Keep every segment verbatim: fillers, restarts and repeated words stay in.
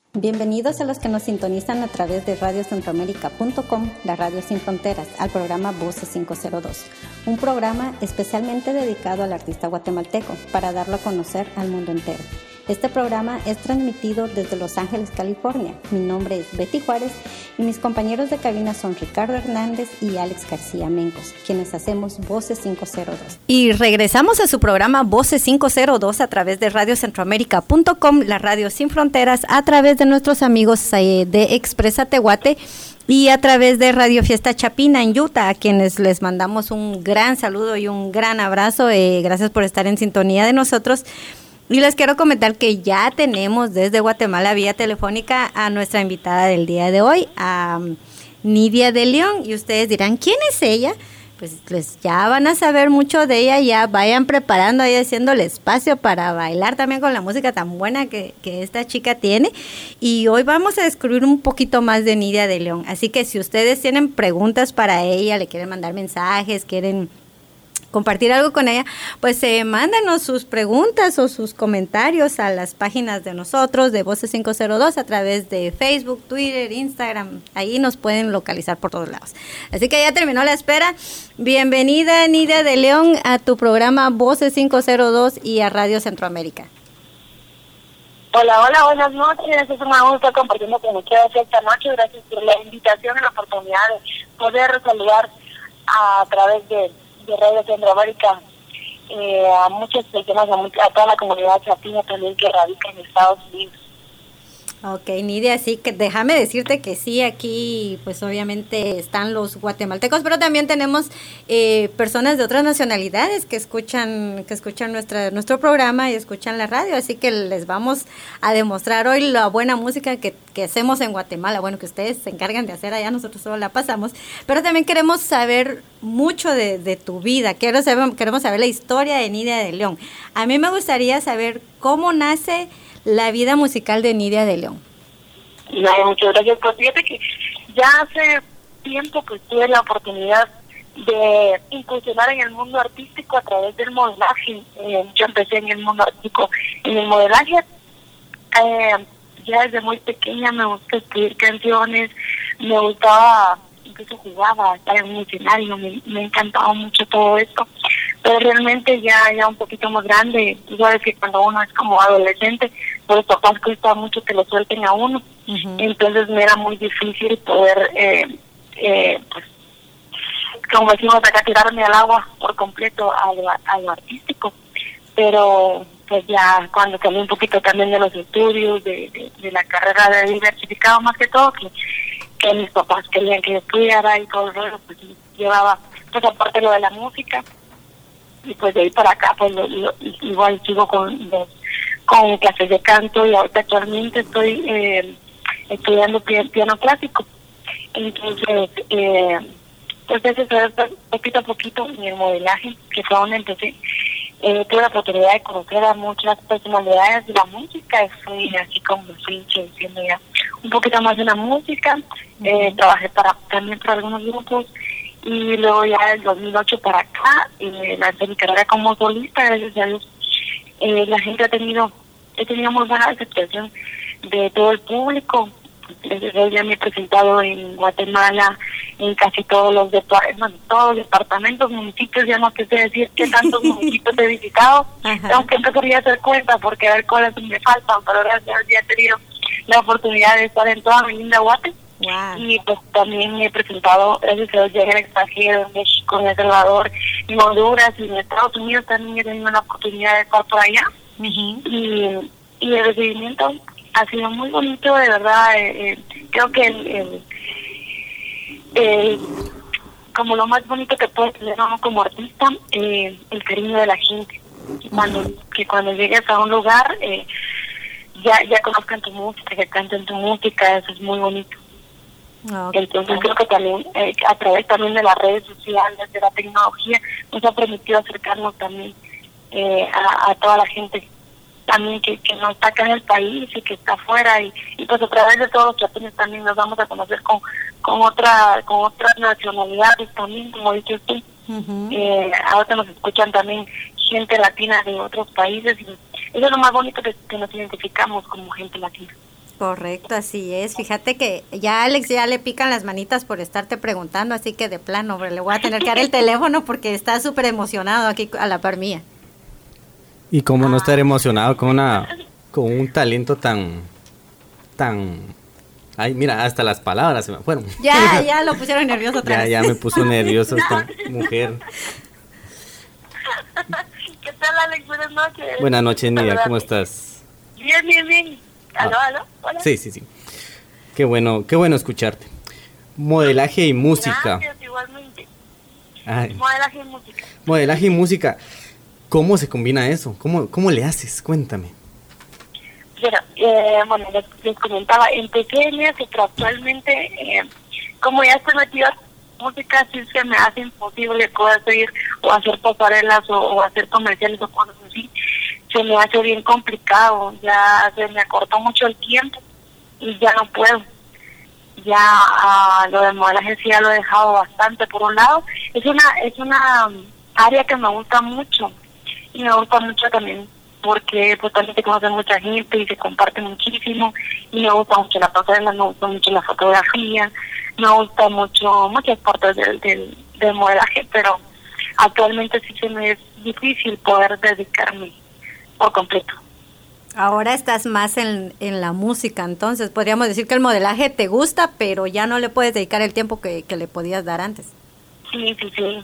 Bienvenidos a los que nos sintonizan a través de radio centroamérica punto com, la radio sin fronteras, al programa Voces quinientos dos, un programa especialmente dedicado al artista guatemalteco para darlo a conocer al mundo entero. Este programa es transmitido desde Los Ángeles, California. Mi nombre es Betty Juárez y mis compañeros de cabina son Ricardo Hernández y Alex García Mencos, quienes hacemos Voces quinientos dos. Y regresamos a su programa Voces quinientos dos a través de radio centroamérica punto com, la radio sin fronteras, a través de nuestros amigos eh, de Expresa Tehuate y a través de Radio Fiesta Chapina en Utah, a quienes les mandamos un gran saludo y un gran abrazo. Eh, gracias por estar en sintonía de nosotros. Y les quiero comentar que ya tenemos desde Guatemala vía telefónica a nuestra invitada del día de hoy, a um, Nidia de León. Y ustedes dirán, ¿quién es ella? Pues les, ya van a saber mucho de ella, ya vayan preparando ahí, haciéndole espacio para bailar también con la música tan buena que, que esta chica tiene. Y hoy vamos a descubrir un poquito más de Nidia de León. Así que si ustedes tienen preguntas para ella, le quieren mandar mensajes, quieren compartir algo con ella, pues eh, mándanos sus preguntas o sus comentarios a las páginas de nosotros de Voces quinientos dos a través de Facebook, Twitter, Instagram. Ahí nos pueden localizar por todos lados. Así que ya terminó la espera. Bienvenida, Nidia de León, a tu programa Voces quinientos dos y a Radio Centroamérica. Hola, hola, buenas noches. Es un gusto estar compartiendo con ustedes esta noche. Gracias por la invitación y la oportunidad de poder saludar a través de de Radio Centroamérica eh, a muchas personas, a, mucha, a toda la comunidad chatina también que radica en Estados Unidos. Ok, Nidia, sí, que déjame decirte que sí, aquí pues obviamente están los guatemaltecos, pero también tenemos eh, personas de otras nacionalidades que escuchan que escuchan nuestra nuestro programa y escuchan la radio, así que les vamos a demostrar hoy la buena música que, que hacemos en Guatemala, bueno, que ustedes se encargan de hacer allá, nosotros solo la pasamos, pero también queremos saber mucho de, de tu vida, Quiero saber, queremos saber la historia de Nidia de León. A mí me gustaría saber cómo nace la vida musical de Nidia de León. No, muchas gracias. Pues fíjate que ya hace tiempo que tuve la oportunidad de incursionar en el mundo artístico a través del modelaje. Eh, yo empecé en el mundo artístico, en el modelaje. Eh, ya desde muy pequeña me gusta escribir canciones, me gustaba, incluso jugaba, estar en un escenario, me, me encantaba mucho todo esto. Pero realmente ya ya un poquito más grande, tú sabes que cuando uno es como adolescente, pues los papás cuesta mucho que lo suelten a uno. Uh-huh. Entonces me era muy difícil poder, eh, eh, pues, como decimos acá, tirarme al agua por completo a lo, a lo artístico. Pero pues ya cuando salí un poquito también de los estudios, de, de, de la carrera de diversificado más que todo, que, que mis papás querían que yo estudiara y todo eso, pues llevaba, pues aparte lo de la música. Y pues de ahí para acá pues lo, lo, igual sigo con los, con clases de canto y ahorita actualmente estoy eh, estudiando piano, piano clásico. Entonces eh, pues eso es poquito a poquito en el modelaje, que fue donde empecé. Eh, tuve la oportunidad de conocer a muchas personalidades de la música, fui así como fui introduciendo ya un poquito más de la música. eh, trabajé para también para algunos grupos. Y luego ya del dos mil ocho para acá, eh, lancé mi carrera como solista, gracias a Dios. Eh, la gente ha tenido, he tenido muy buena aceptación de todo el público. Gracias a Dios ya me he presentado en Guatemala, en casi todos los departamentos, todos los departamentos, municipios, ya no sé decir qué tantos municipios he visitado. Ajá. Aunque empezaría a hacer cuenta porque a ver cuáles me faltan, pero gracias a Dios ya he tenido la oportunidad de estar en toda mi linda Guate. Wow. Y pues también me he presentado, gracias a Dios, ya en el extranjero, en México, en El Salvador, en Honduras y en Estados Unidos también he tenido la oportunidad de estar por allá. Uh-huh. y, y el recibimiento ha sido muy bonito, de verdad. Eh, eh, creo que el, el, el como lo más bonito que puede tener uno como artista, eh, el cariño de la gente. Cuando, uh-huh. que cuando llegues a un lugar, eh, ya, ya conozcan tu música, que canten tu música, eso es muy bonito. Okay. Entonces creo que también eh, a través también de las redes sociales, de la tecnología, nos ha permitido acercarnos también eh, a, a toda la gente también que, que no está acá en el país y que está afuera, y, y pues a través de todos los chapines también nos vamos a conocer con con otra con otras nacionalidades también, como dices tú. Uh-huh. eh, ahora nos escuchan también gente latina de otros países y eso es lo más bonito, que, que nos identificamos como gente latina. Correcto, así es. Fíjate que ya a Alex ya le pican las manitas por estarte preguntando, así que de plano, hombre, le voy a tener que dar el teléfono porque está súper emocionado aquí a la par mía. Y cómo no estar emocionado con una con un talento tan tan ay, mira, hasta las palabras se me fueron. Ya, ya lo pusieron nervioso otra ya, vez. Ya me puso nervioso esta mujer. ¿Qué tal, Alex? Buenas noches. Buenas noches, Nidia, ¿cómo estás? Bien, bien, bien. ¿Aló, ah. aló? ¿Hola? Sí, sí, sí. Qué bueno, qué bueno escucharte. Modelaje y música. Gracias, igualmente. Ay. Modelaje y música. Modelaje y música. ¿Cómo se combina eso? ¿Cómo, cómo le haces? Cuéntame. Bueno, eh, bueno les, les comentaba, empecé en eso, pero actualmente, eh, como ya estoy metida en música, sí se me hace imposible poder seguir o hacer pasarelas o, o hacer comerciales o cosas así. Se me hace bien complicado, ya se me acortó mucho el tiempo y ya no puedo. Ya uh, lo de modelaje sí ya lo he dejado bastante por un lado. Es una es una um, área que me gusta mucho y me gusta mucho también porque pues también se conoce mucha gente y se comparte muchísimo y me gusta mucho la pasarela, me gusta mucho la fotografía, me gusta mucho muchas partes del, del, del modelaje, pero actualmente sí se me es difícil poder dedicarme por completo. Ahora estás más en, en la música, entonces podríamos decir que el modelaje te gusta, pero ya no le puedes dedicar el tiempo que, que le podías dar antes. Sí, sí, sí,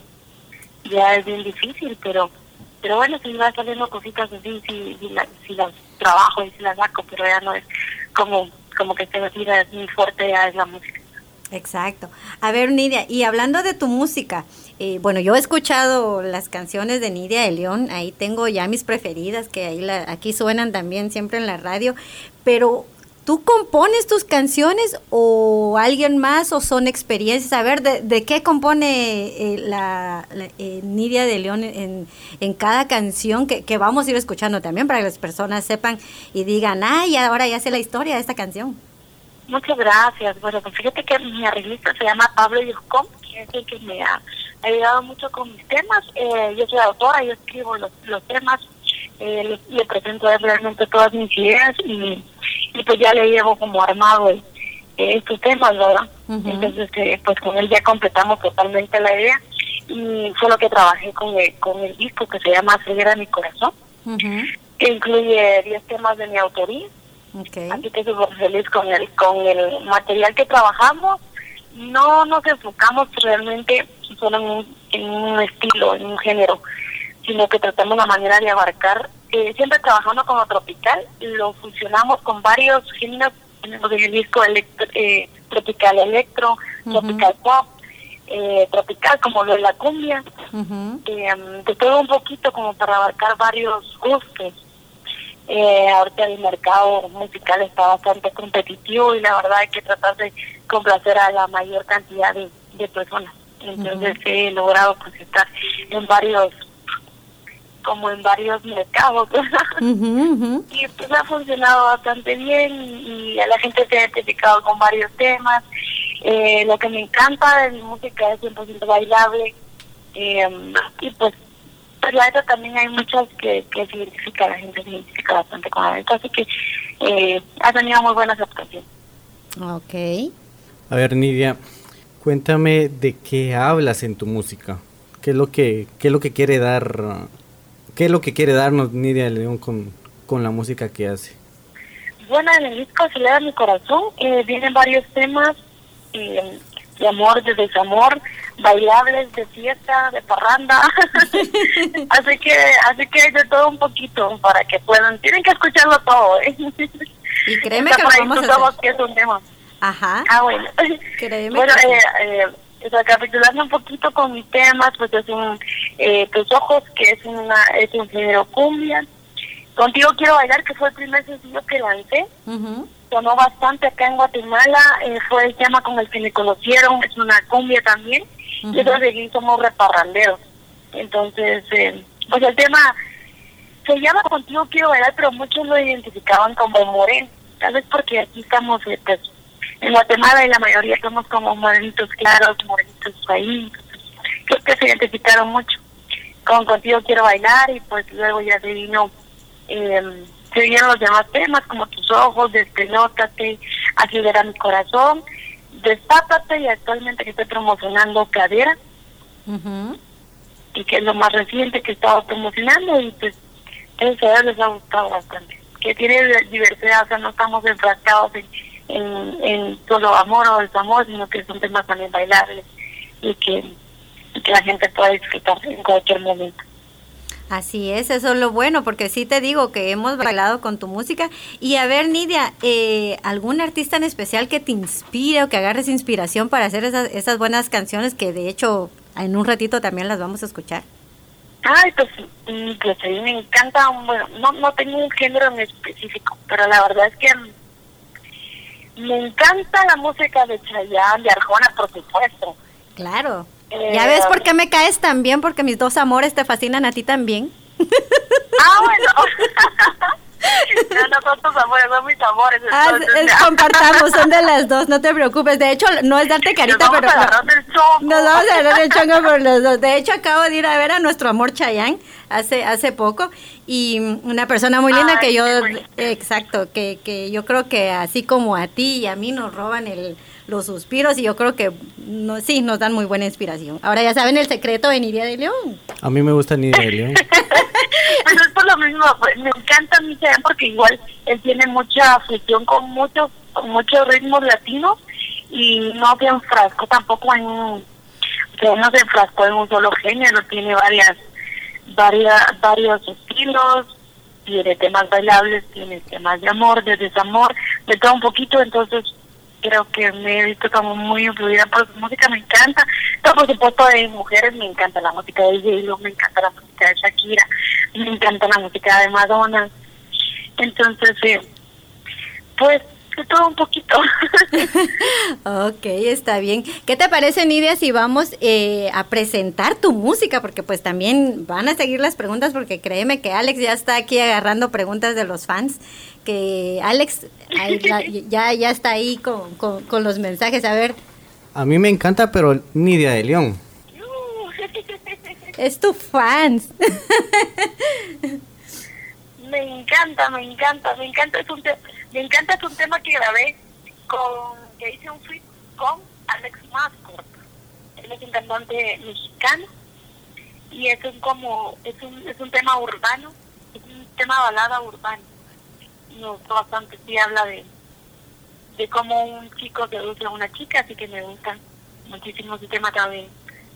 ya es bien difícil, pero pero bueno, si va saliendo cositas así, si, si, la, si las trabajo y si las saco, pero ya no es como, como que se me tira, es muy fuerte, ya es la música. Exacto. A ver, Nidia, y hablando de tu música, eh, bueno, yo he escuchado las canciones de Nidia de León, ahí tengo ya mis preferidas, que ahí la, aquí suenan también siempre en la radio, pero ¿tú compones tus canciones o alguien más o son experiencias? A ver, ¿de, de qué compone eh, la, la eh, Nidia de León en, en cada canción que, que vamos a ir escuchando también para que las personas sepan y digan, ay, ahora ya sé la historia de esta canción? Muchas gracias. Bueno, pues fíjate que mi arreglista se llama Pablo Yuscom, que es el que me ha ayudado mucho con mis temas. Eh, yo soy autora, yo escribo los, los temas, eh, le, le presento a él realmente todas mis ideas y, y pues ya le llevo como armado el, eh, estos temas, ¿verdad? Uh-huh. Entonces, eh, pues con él ya completamos totalmente la idea y fue lo que trabajé con el, con el disco que se llama Acelera mi corazón, uh-huh. que incluye diez temas de mi autoría. Okay. Así que súper feliz con el con el material que trabajamos. No nos enfocamos realmente solo en un, en un estilo, en un género, sino que tratamos la manera de abarcar, eh, siempre trabajando con lo tropical, lo fusionamos con varios géneros. Tenemos en el disco electro, eh, tropical electro, uh-huh. tropical pop, eh, tropical como lo de la cumbia, uh-huh. eh, de todo un poquito como para abarcar varios gustos. Eh, ahorita el mercado musical está bastante competitivo y la verdad hay que tratar de complacer a la mayor cantidad de, de personas. Entonces uh-huh. he logrado pues estar en varios, como en varios mercados, uh-huh, uh-huh. y pues ha funcionado bastante bien y a la gente se ha identificado con varios temas. Eh, lo que me encanta de mi música es cien por ciento bailable, eh, y pues pues la verdad también hay muchas que, que se identifica, la gente se identifica bastante con la letra, así que eh, ha tenido muy buena aceptación. Ok. A ver, Nidia, cuéntame de qué hablas en tu música. ¿Qué es lo que, qué es lo que quiere dar, qué es lo que quiere darnos Nidia León con, con la música que hace? Bueno, en el disco Acelera mi corazón eh, vienen varios temas eh, de amor, de desamor, bailables, de fiesta, de parranda. así que así que hay de todo un poquito para que puedan, tienen que escucharlo todo, ¿eh? Y créeme que lo vamos a hacer. Que es un tema. Ajá. Ah, bueno. Créeme bueno, que eh, eh, recapitulando un poquito con mis temas, pues es un eh, Tus ojos, que es una es un género cumbia. Contigo quiero bailar, que fue el primer sencillo que lancé. Uh-huh. Sonó bastante acá en Guatemala, eh, fue el tema con el que me conocieron, es una cumbia también, uh-huh. y nosotros aquí somos reparranderos. Entonces, eh, pues el tema se llama Contigo quiero bailar, pero muchos lo identificaban como moreno, tal vez porque aquí estamos eh, pues, en Guatemala y la mayoría somos como morenitos claros, morenitos ahí, creo que se identificaron mucho con Contigo quiero bailar y pues luego ya se vino... Eh, se vienen los demás temas como Tus ojos, Despelótate, Acelera mi corazón, Destápate, y actualmente que estoy promocionando Cadera, uh-huh. y que es lo más reciente que he estado promocionando, y pues eso a les ha gustado bastante, que tiene diversidad, o sea, no estamos enfrascados en, en, en solo amor o desamor, sino que son temas también bailables y que, y que la gente pueda disfrutar en cualquier momento. Así es, eso es lo bueno, porque sí te digo que hemos bailado con tu música. Y a ver, Nidia, eh, ¿algún artista en especial que te inspire o que agarres inspiración para hacer esas, esas buenas canciones que de hecho en un ratito también las vamos a escuchar? Ay, pues, pues a mí me encanta, bueno, no, no tengo un género en específico, pero la verdad es que me encanta la música de Chayanne, de Arjona, por supuesto. Claro. Eh, ¿Ya ves por qué me caes tan bien? Porque mis dos amores te fascinan a ti también. Ah, bueno. No, no son tus amores, son mis amores. Ah, es, compartamos, son de las dos, no te preocupes. De hecho, no es darte carita, nos pero... Vamos a del chongo. Nos vamos a agarrar el chongo por los dos. De hecho, acabo de ir a ver a nuestro amor Chayanne hace hace poco, y una persona muy linda. Ay, que yo... Exacto, que, que yo creo que así como a ti y a mí nos roban el... los suspiros, y yo creo que no, sí, nos dan muy buena inspiración. Ahora ya saben el secreto de Nidia de León. A mí me gusta Nidia de León. Pues es por lo mismo, pues, me encanta mi Chayanne porque igual él tiene mucha fusión con muchos con muchos ritmos latinos, y no se enfrascó tampoco en un, o sea, no se enfrascó en un solo género, tiene varias, varias varios estilos, tiene temas bailables, tiene temas de amor, de desamor, de todo un poquito. Entonces creo que me he visto como muy influida por su música, me encanta. Pero por supuesto de mujeres me encanta la música de J-Lo, me encanta la música de Shakira, me encanta la música de Madonna. Entonces, eh, pues, de todo un poquito. Ok, está bien. ¿Qué te parece, Nidia, si vamos eh, a presentar tu música? Porque pues también van a seguir las preguntas, porque créeme que Alex ya está aquí agarrando preguntas de los fans. Que Alex ahí, la, ya ya está ahí con, con, con los mensajes. A ver. A mí me encanta, pero Nidia de León. Es tu fans. Me encanta, me encanta, me encanta. Es un te- me encanta, es un tema que grabé con, que hice un feat con Alex Mascort. Él es un cantante mexicano y es un como es un es un tema urbano, es un tema balada urbano. Me gustó bastante, sí habla de de cómo un chico seduce a una chica, así que me gusta muchísimo ese tema también.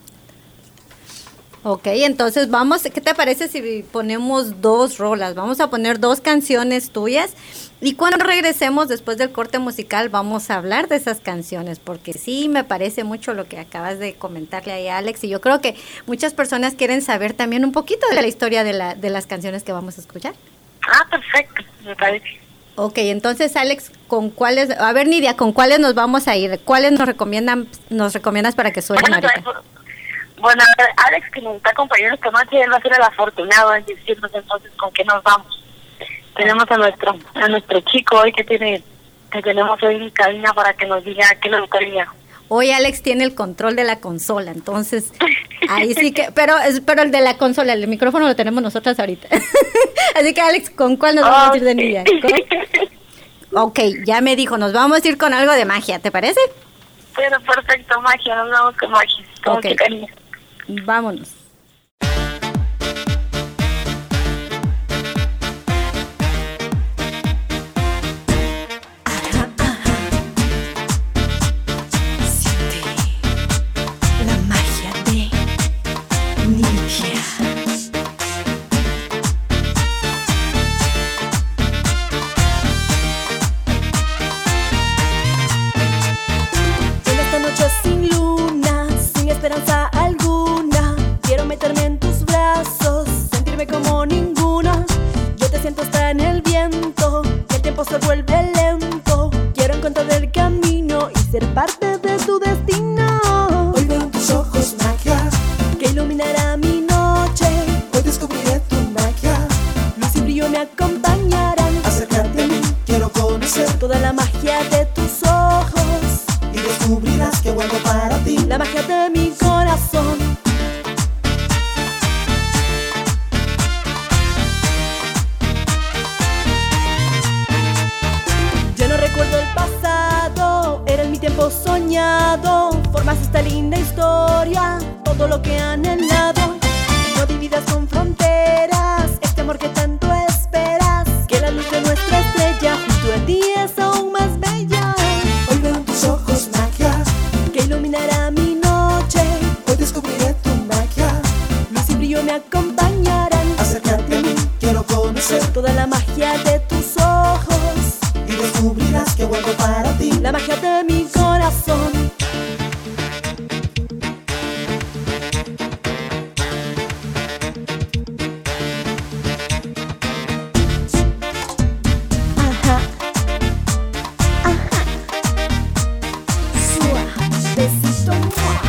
Ok, entonces vamos, ¿qué te parece si ponemos dos rolas? Vamos a poner dos canciones tuyas, y cuando regresemos después del corte musical vamos a hablar de esas canciones, porque sí me parece mucho lo que acabas de comentarle ahí a Alex, y yo creo que muchas personas quieren saber también un poquito de la historia de la de las canciones que vamos a escuchar. Ah, perfecto, me parece. Ok, entonces Alex, ¿con cuáles? A ver, Nidia, ¿con cuáles nos vamos a ir? ¿Cuáles nos recomiendan nos recomiendas para que suenen bueno, ahorita? Pues, bueno, Alex, que nos está acompañando esta noche, él va a ser el afortunado en decirnos entonces con qué nos vamos. Tenemos a nuestro a nuestro chico hoy que tiene que tenemos hoy en cabina para que nos diga qué nos gustaría. Hoy Alex tiene el control de la consola, entonces ahí sí que, pero pero el de la consola, el micrófono lo tenemos nosotras ahorita. Así que Alex, ¿con cuál nos vamos oh, a ir de Nidia? ¿Con? Ok, ya me dijo, nos vamos a ir con algo de magia, ¿te parece? Pero perfecto, magia, nos vamos con magia. Con okay. cariño. Vámonos. lado, formas esta linda historia, todo lo que han anhelado. No dividas con fronteras este amor que tanto esperas, que la luz de nuestra estrella junto a ti es aún más bella. Hoy veo en tus ojos magia que iluminará mi noche. Hoy descubriré tu magia, Luz y brillo me acompañarán. acércate a mí, quiero conocer Toda la magia de tus ojos y descubrirás que guardo para ti la magia de mi corazón. Ajá, ajá, suavecito, ¡mua!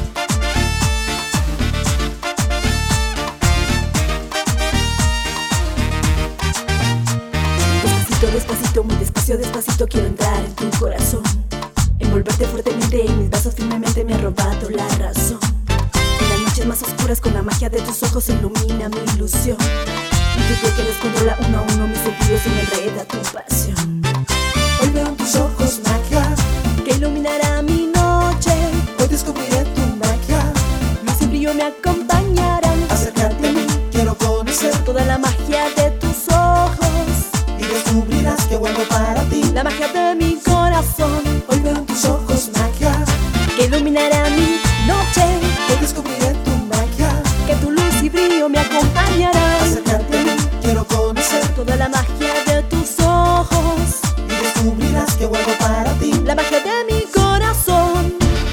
Despacito, despacito, muy despacio, despacito quiero entrar en tu corazón, envolverte fuertemente en mis brazos, firmemente me ha robado la razón. En las noches más oscuras con la magia de tus ojos ilumina mi ilusión, y tu piel que descontrola uno a uno mis sentidos y me enreda tu pasión. Hoy veo en tus ojos magia Que iluminará mi noche, hoy descubriré tu magia, luz y brillo me acompañarán. acércate a mí, quiero conocer Toda la magia de tus ojos, y descubrirás que guardo para ti la magia de mi corazón. Hoy veo en tus ojos magia, Que iluminará mi noche, hoy descubriré tu magia, que tu luz y brillo me acompañarán. acércate a mí, quiero conocer Toda la magia de tus ojos, y descubrirás que guardo para ti la magia de mi corazón.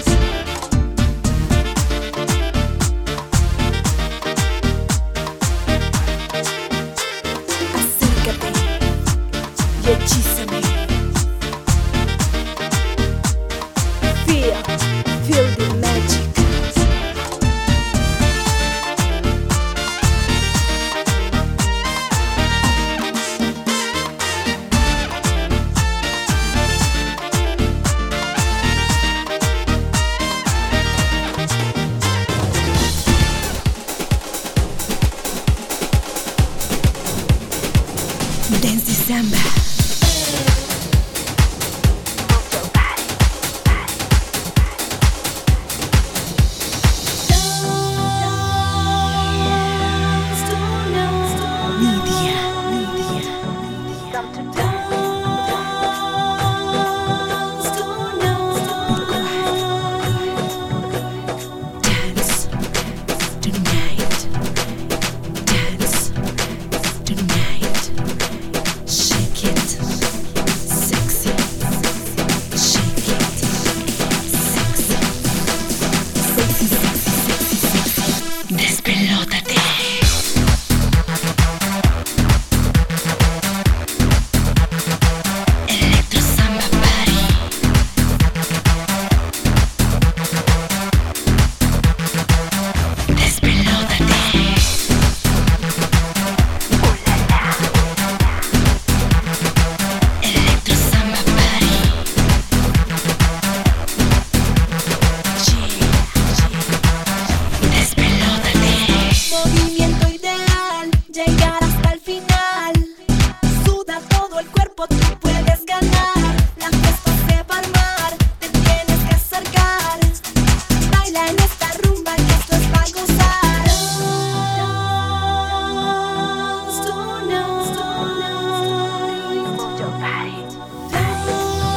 Acércate y hechízame. Feel, feel the magic. Dance the samba. Media, media, dance tonight, dance tonight. Shake it, sexy. Shake it, sexy. Sexy, sexy, sexy, sexy. Despelótate. Electro Samba Party. Despelótate. Electro Samba Party. Despelótate. Movimiento ideal, llegar hasta el final. Suda todo el cuerpo, tú puedes ganar. La fiesta se va a armar, te tienes que acercar. Baila en esta rumba que esto es para gozar. Dance tonight. Move your body. Dance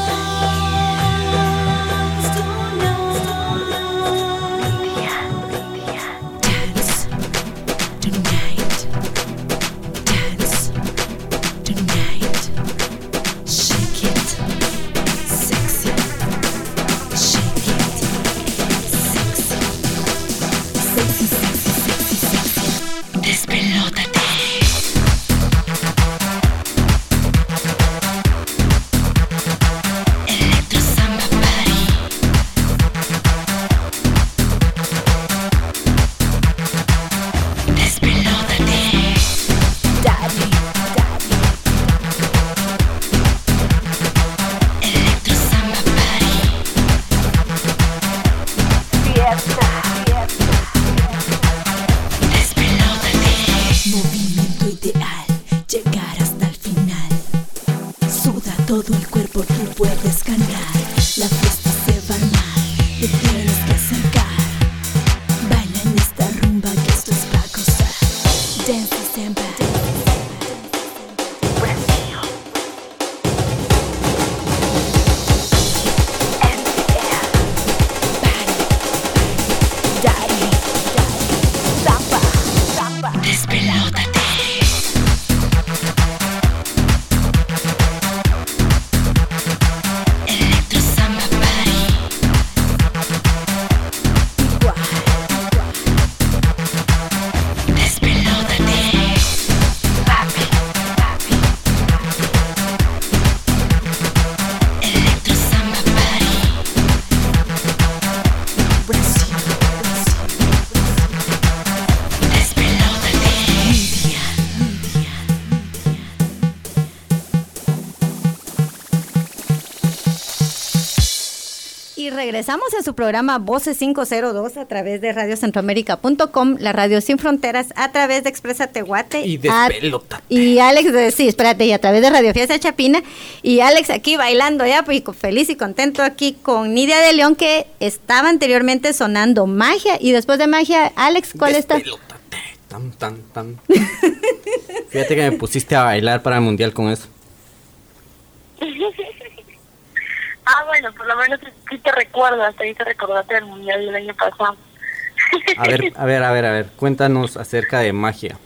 tonight. Dance tonight. Shake it, sexy. Shake it, sexy. Sexy, sexy, sexy, sexy. Despelótate. Electro Samba Party. Despelótate. Daddy, daddy. Electro Samba Party. Fiesta, fiesta. Despelótate. Movimiento ideal, llegar hasta el final. Suda todo el cuerpo, tú puedes ganar. La fiesta se va a armar. Y regresamos a su programa Voces quinientos dos a través de radio centroamérica punto com, la radio sin fronteras, a través de Expresa Tehuate. Y Despelótate. Y Alex, de, sí, espérate, y a través de Radio Fiesta Chapina. Y Alex aquí bailando ya, pues feliz y contento aquí con Nidia de León, que estaba anteriormente sonando Magia. Y después de Magia, Alex, ¿cuál está? Despelótate. Tan, tan, tan. Fíjate que me pusiste a bailar para el mundial con eso. Ah, bueno, por lo menos sí te recuerdas, te hice recordarte del mundial del año pasado. A ver, a ver, a ver, a ver, cuéntanos acerca de Magia.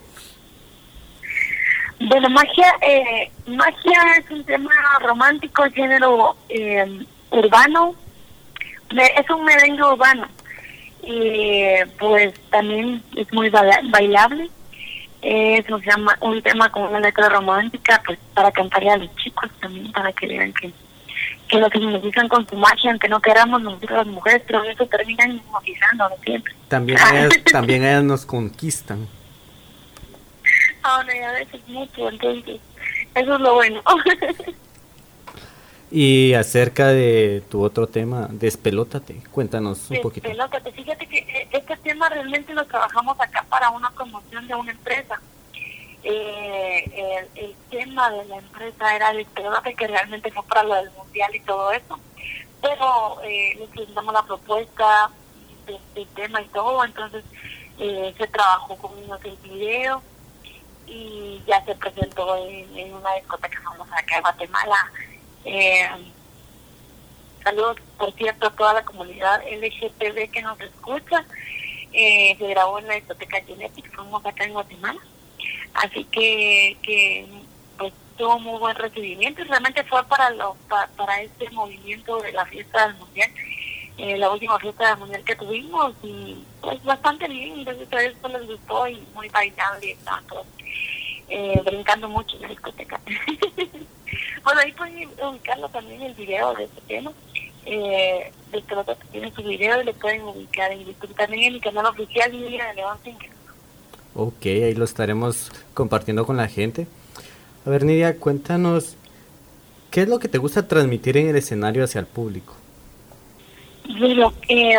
Bueno, Magia, eh, Magia es un tema romántico, género eh, urbano, me, es un merengue urbano, y pues también es muy baila- bailable, es un tema, un tema con una letra romántica, pues para cantarle a los chicos también, para que vean que que lo que nos dicen con su magia, aunque no queramos nosotros las mujeres, pero eso terminan hipnotizándonos siempre. También ellas, también ellas nos conquistan. Ahora, y a veces mucho, entonces, eso es lo bueno. Y acerca de tu otro tema, Despelótate, cuéntanos un poquito. Despelótate, fíjate que este tema realmente lo trabajamos acá para una promoción de una empresa. Eh, el, el tema de la empresa era Despelótate, que realmente fue para lo del mundial y todo eso, pero eh, le presentamos la propuesta del de tema y todo, entonces eh, se trabajó con ellos el video y ya se presentó en, en una discoteca famosa acá en Guatemala. Eh, saludos, por cierto, a toda la comunidad L G T B que nos escucha. Eh, se grabó en la discoteca Genetic, famosa acá en Guatemala. Así que, que pues tuvo muy buen recibimiento y realmente fue para lo pa, para este movimiento de la fiesta del mundial, eh, la última fiesta del mundial que tuvimos, y pues bastante bien, entonces a eso les gustó y muy bailable, estaban todos eh, brincando mucho en la discoteca. Bueno, ahí pueden ubicarlo también el video de este tema, eh, de que lo que tiene su video y lo pueden ubicar en YouTube, también en mi canal oficial Nidia de León Singer. Ok, ahí lo estaremos compartiendo con la gente. A ver, Nidia, cuéntanos, ¿qué es lo que te gusta transmitir en el escenario hacia el público? Bueno, eh,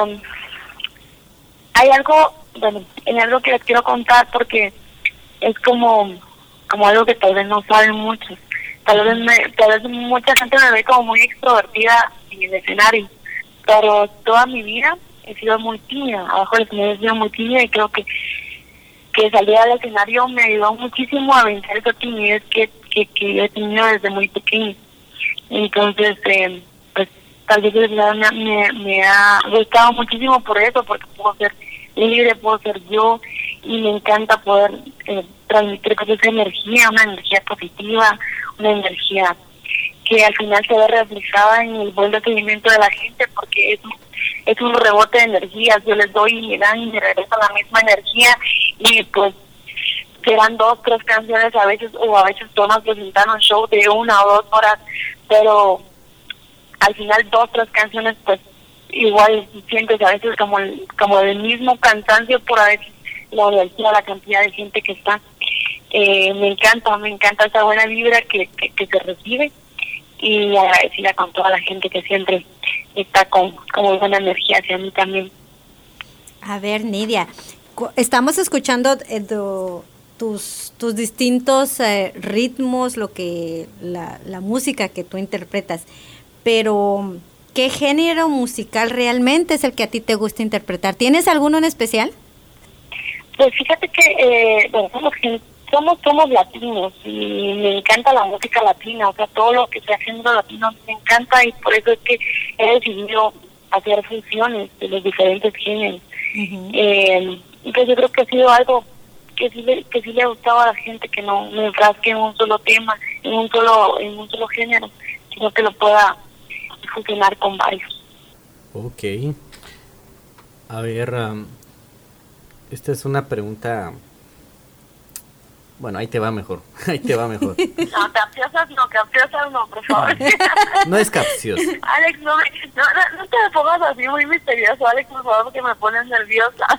hay algo, bueno, hay algo que les quiero contar porque es como, como algo que tal vez no saben muchos. Tal vez, me, tal vez mucha gente me ve como muy extrovertida en el escenario, pero toda mi vida he sido muy tímida, abajo del escenario he sido muy tímida y creo que que salir al escenario me ayudó muchísimo a vencer esa timidez que, que, que yo he tenido desde muy pequeña. Entonces, eh, pues tal vez el escenario me, me, me ha gustado muchísimo por eso, porque puedo ser libre, puedo ser yo, y me encanta poder eh, transmitir pues, esa energía, una energía positiva, una energía que al final se ve reflejada en el buen recibimiento de la gente, porque es es un rebote de energías, yo les doy y me dan y me regresan la misma energía, y pues serán dos, tres canciones a veces, o a veces todas presentan un show de una o dos horas, pero al final dos, tres canciones pues igual sientes a veces como el, como el mismo cansancio por a veces la energía, la cantidad de gente que está. Eh, me encanta, me encanta esa buena vibra que, que, que se recibe, y agradecida con toda la gente que siempre está con, con buena energía hacia mí también. A ver, Nidia, estamos escuchando eh, do, tus tus distintos eh, ritmos, lo que la, la música que tú interpretas, pero ¿qué género musical realmente es el que a ti te gusta interpretar? ¿Tienes alguno en especial? Pues fíjate que, eh, bueno, somos, somos, somos latinos y me encanta la música latina, o sea, todo lo que sea género latino me encanta, y por eso es que he decidido hacer fusiones de los diferentes géneros. Uh-huh. Eh, entonces yo creo que ha sido algo que sí le, que sí le ha gustado a la gente, que no me enfrasque en un solo tema, en un solo, en un solo género, sino que lo pueda fusionar con varios. Ok. A ver, um, esta es una pregunta. Bueno, ahí te va mejor. Ahí te va mejor. No, capciosas no, capciosas no, por favor. No es capcioso. Alex, no, me, no, no, no te me pongas así muy misterioso, Alex, por favor, porque me pones nerviosa.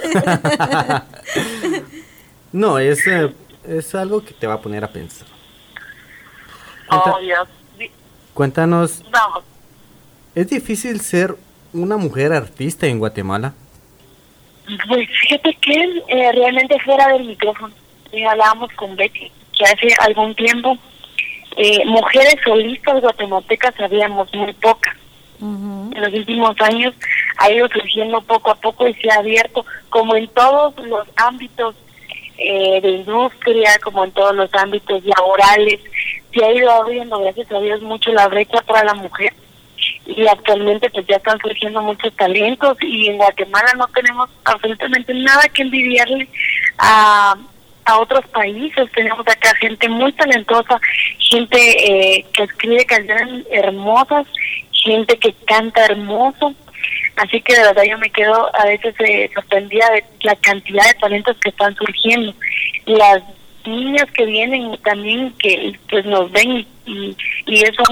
No, es, eh, es algo que te va a poner a pensar. Cuenta, oh, Dios. Cuéntanos. Vamos. ¿Es difícil ser una mujer artista en Guatemala? Pues fíjate que eh, realmente fuera del micrófono, eh, hablábamos con Betty, que hace algún tiempo eh, mujeres solistas guatemaltecas habíamos muy pocas. Uh-huh. En los últimos años ha ido surgiendo poco a poco y se ha abierto, como en todos los ámbitos eh, de industria, como en todos los ámbitos laborales, se ha ido abriendo, gracias a Dios, mucho la brecha para la mujer. Y actualmente pues ya están surgiendo muchos talentos y en Guatemala no tenemos absolutamente nada que envidiarle a, a otros países. Tenemos acá gente muy talentosa, gente eh, que escribe canciones hermosas, gente que canta hermoso. Así que de verdad yo me quedo a veces eh, sorprendida de la cantidad de talentos que están surgiendo. Las niñas que vienen también que pues nos ven y, y eso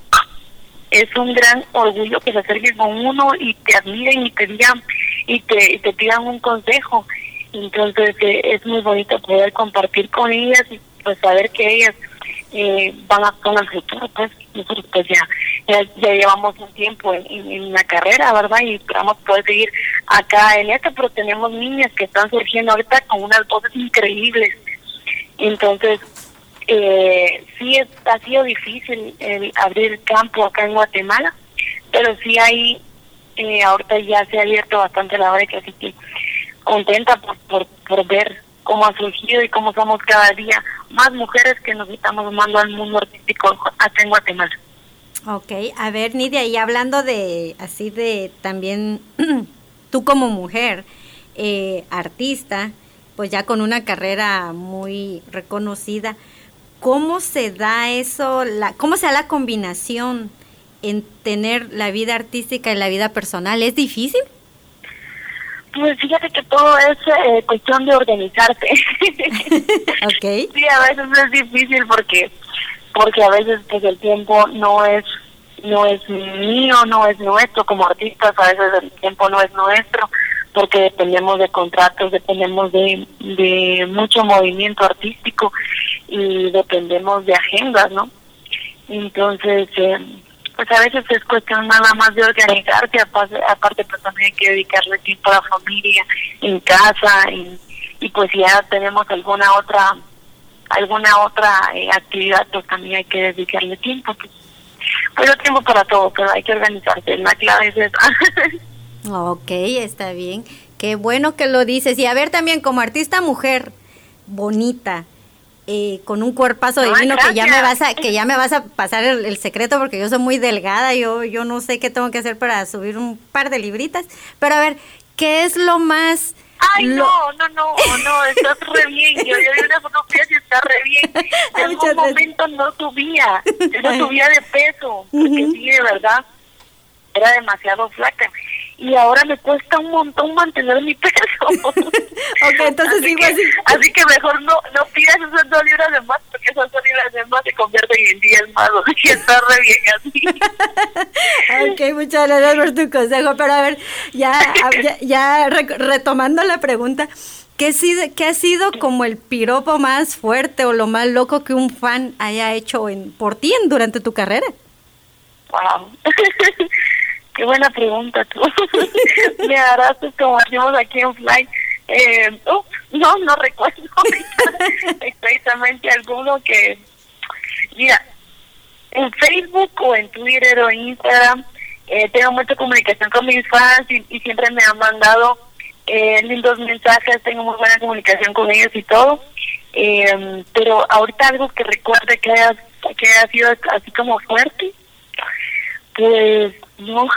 es un gran orgullo que se acerquen con uno y te admiren y te digan y te, y te pidan un consejo. Entonces eh, es muy bonito poder compartir con ellas y pues saber que ellas eh, van a con el futuro. Pues nosotros pues ya, ya, ya llevamos un tiempo en, en, en la carrera, ¿verdad? Y esperamos poder seguir acá en esto, pero tenemos niñas que están surgiendo ahorita con unas voces increíbles. Entonces Eh, sí es, ha sido difícil el abrir campo acá en Guatemala, pero sí hay, eh, ahorita ya se ha abierto bastante la brecha, así que contenta por, por, por ver cómo ha surgido y cómo somos cada día más mujeres que nos estamos sumando al mundo artístico acá en Guatemala. Ok, a ver Nidia, y hablando de, así de también, tú como mujer, eh, artista, pues ya con una carrera muy reconocida, ¿cómo se da eso, la, cómo se da la combinación en tener la vida artística y la vida personal? ¿Es difícil? Pues fíjate que todo es eh, cuestión de organizarse. Okay. Sí, a veces es difícil porque porque a veces pues el tiempo no es no es mío, no es nuestro como artistas, a veces el tiempo no es nuestro porque dependemos de contratos, dependemos de, de mucho movimiento artístico y dependemos de agendas, ¿no? Entonces, eh, pues a veces es cuestión nada más de organizarse, aparte, aparte pues también hay que dedicarle tiempo a la familia, en casa, y, y pues si ya tenemos alguna otra alguna otra eh, actividad, pues también hay que dedicarle tiempo. Pues, pues hay tiempo para todo, pero hay que organizarse, la clave es esa. Ok, está bien. Qué bueno que lo dices. Y a ver también como artista mujer bonita, eh, con un cuerpazo Ay, divino, gracias. que ya me vas a que ya me vas a pasar el, el secreto porque yo soy muy delgada, yo yo no sé qué tengo que hacer para subir un par de libritas. Pero a ver, ¿qué es lo más Ay, lo... no, no, no, no, estás re bien. Yo, yo vi una fotografía y está re bien. En algún momento no subía, no subía de peso, porque uh-huh. sí, de verdad, era demasiado flaca. Y ahora me cuesta un montón mantener mi peso. Ok, entonces así sigo que, así. Así que mejor no no pidas esas dos libras de más, porque esas dos libras de más se convierten en diez más. Así que está re bien así. Ok, muchas gracias por tu consejo. Pero a ver, ya, ya, ya re- retomando la pregunta, ¿qué ha, sido, ¿qué ha sido como el piropo más fuerte o lo más loco que un fan haya hecho en, por ti en, durante tu carrera? Wow. Qué buena pregunta tú. Me harás como hacemos aquí en Fly. Eh, uh, no, no recuerdo exactamente alguno que... Mira, en Facebook o en Twitter o en Instagram eh, tengo mucha comunicación con mis fans y, y siempre me han mandado eh, lindos mensajes, tengo muy buena comunicación con ellos y todo. Eh, pero ahorita algo que recuerde que haya, que haya sido así como fuerte, pues... No.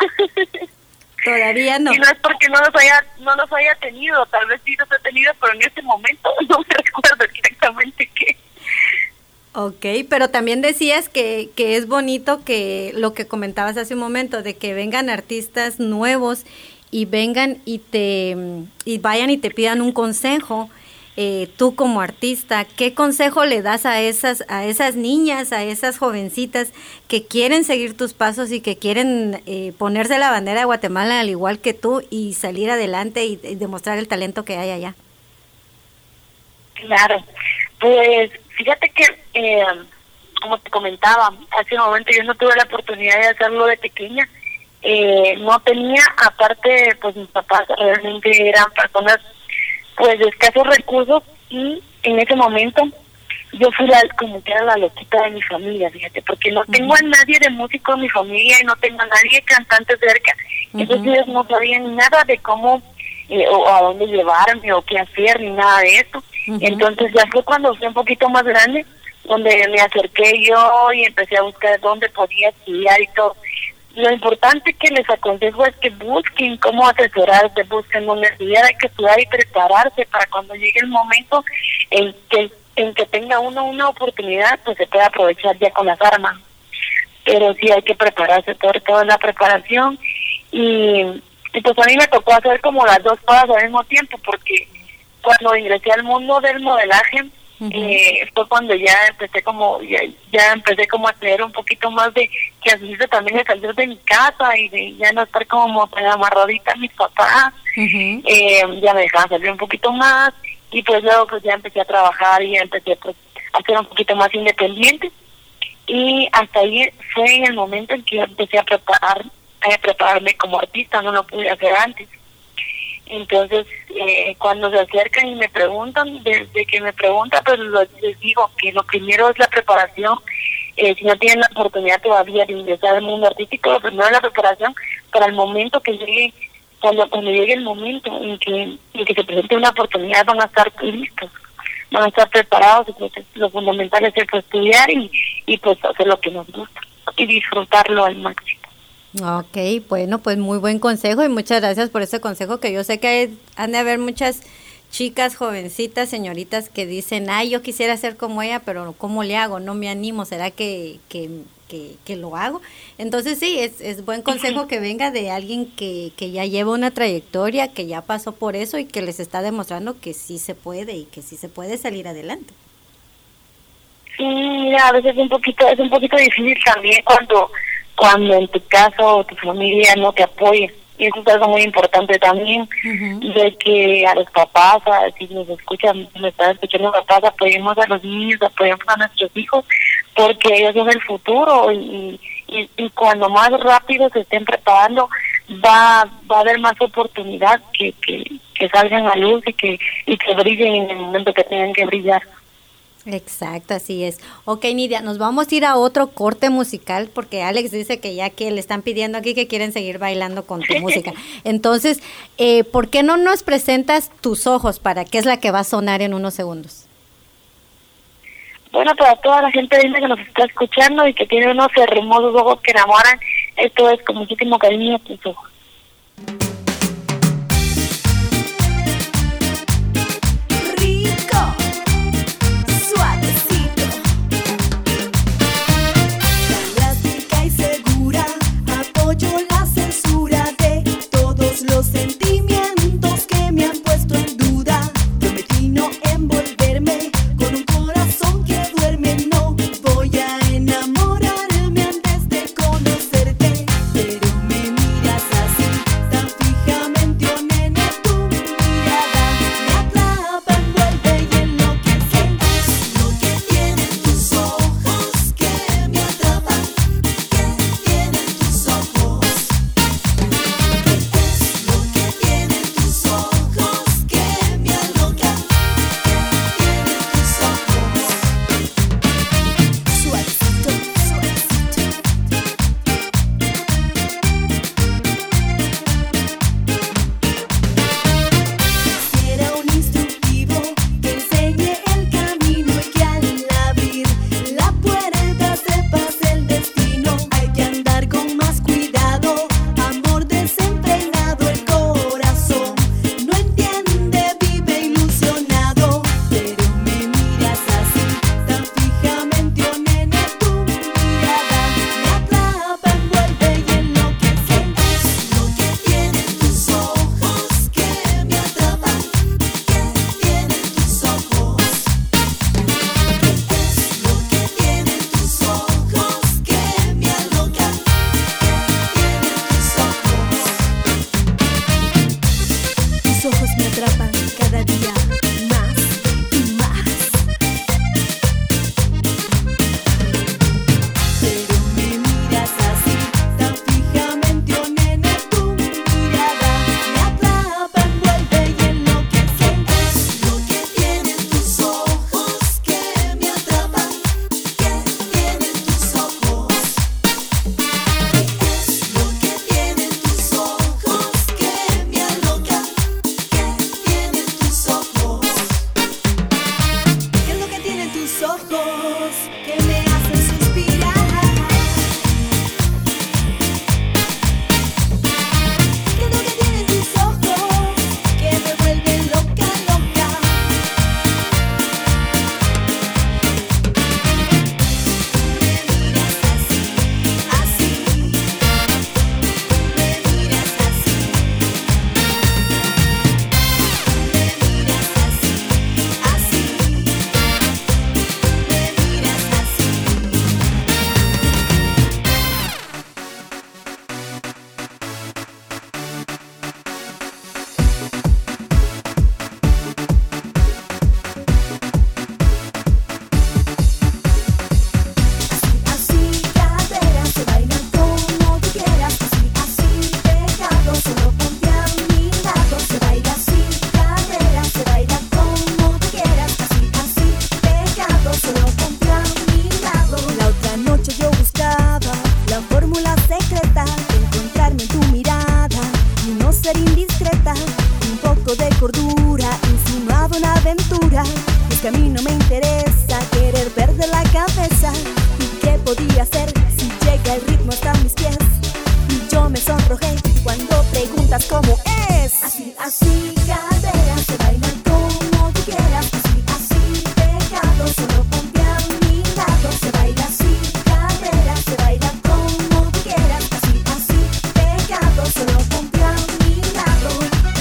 Todavía no. Y no es porque no los haya no los haya tenido, tal vez sí los he tenido, pero en este momento no me recuerdo exactamente qué. Ok, pero también decías que, que es bonito que lo que comentabas hace un momento, de que vengan artistas nuevos y vengan y te y vayan y te pidan un consejo. Eh, tú como artista, ¿qué consejo le das a esas a esas niñas, a esas jovencitas que quieren seguir tus pasos y que quieren eh, ponerse la bandera de Guatemala al igual que tú y salir adelante y, y demostrar el talento que hay allá? Claro, pues fíjate que, eh, como te comentaba, hace un momento yo no tuve la oportunidad de hacerlo de pequeña eh, no tenía, aparte pues mis papás realmente eran personas pues de escasos recursos, y en ese momento yo fui la, como que era la loquita de mi familia, fíjate, porque no tengo a nadie de músico en mi familia y no tengo a nadie cantante cerca. Uh-huh. Entonces ellos no sabían nada de cómo eh, o a dónde llevarme o qué hacer ni nada de eso. Uh-huh. Entonces ya fue cuando fui un poquito más grande donde me acerqué yo y empecé a buscar dónde podía estudiar y todo. Lo importante que les aconsejo es que busquen cómo asesorarse, busquen dónde estudiar, hay que estudiar y prepararse para cuando llegue el momento en que en que tenga uno una oportunidad, pues se puede aprovechar ya con las armas. Pero sí hay que prepararse, sobre todo en la preparación. Y, y pues a mí me tocó hacer como las dos cosas al mismo tiempo, porque cuando ingresé al mundo del modelaje, uh-huh. eh, fue cuando ya empecé como, ya, ya empecé como a tener un poquito más de que asistir también de salir de mi casa y de ya no estar como tan amarradita a mis papás. Uh-huh. eh, ya me dejaban salir un poquito más. Y pues luego pues ya empecé a trabajar y ya empecé pues a ser un poquito más independiente, y hasta ahí fue en el momento en que yo empecé a preparar a prepararme como artista, no lo pude hacer antes. Entonces eh, cuando se acercan y me preguntan, desde que me preguntan pues les digo que lo primero es la preparación. Eh, si no tienen la oportunidad todavía de ingresar al mundo artístico, lo primero es la preparación para el momento que llegue. Cuando, cuando llegue el momento en que, en que se presente una oportunidad, van a estar listos, van a estar preparados. Entonces lo fundamental es pues, estudiar y, y pues hacer lo que nos gusta y disfrutarlo al máximo. Ok, bueno, pues muy buen consejo y muchas gracias por ese consejo, que yo sé que hay, han de haber muchas chicas, jovencitas, señoritas que dicen, ay, yo quisiera ser como ella, pero ¿cómo le hago? No me animo, ¿será que... que Que, que lo hago? Entonces sí, es, es buen consejo que venga de alguien que, que ya lleva una trayectoria, que ya pasó por eso y que les está demostrando que sí se puede y que sí se puede salir adelante. Sí, mira, a veces es un poquito, es un poquito difícil también cuando, cuando en tu caso tu familia no te apoya. Y eso es algo muy importante también, uh-huh. de que a los papás, a, si nos escuchan, si nos están escuchando papás, apoyemos a los niños, apoyemos a nuestros hijos, porque ellos son el futuro, y, y, y cuando más rápido se estén preparando, va va a haber más oportunidad que, que, que salgan a luz y que, y que brillen en el momento que tengan que brillar. Exacto, así es. Ok, Nidia, nos vamos a ir a otro corte musical porque Alex dice que ya que le están pidiendo aquí que quieren seguir bailando con tu música. Entonces, eh, ¿por qué no nos presentas Tus Ojos, para qué es la que va a sonar en unos segundos? Bueno, para toda la gente linda que nos está escuchando y que tiene unos hermosos ojos que enamoran, esto es con muchísimo cariño, Tus Ojos. Los sentimientos que me han puesto en duda, prometí no envolverme con un corazón que duerme. No voy a enamorarme antes de conocerte, pero me miras así. a mí no me interesa querer perder la cabeza. ¿Y qué podía hacer si llega el ritmo hasta mis pies? Y yo me sonrojé cuando preguntas cómo es. Así, así, cadera, se baila como tú quieras. Así, así, pegado, solo ponte a mi lado. Se baila así, cadera, se baila como tú quieras. Así, así, pegado, solo ponte a mi lado.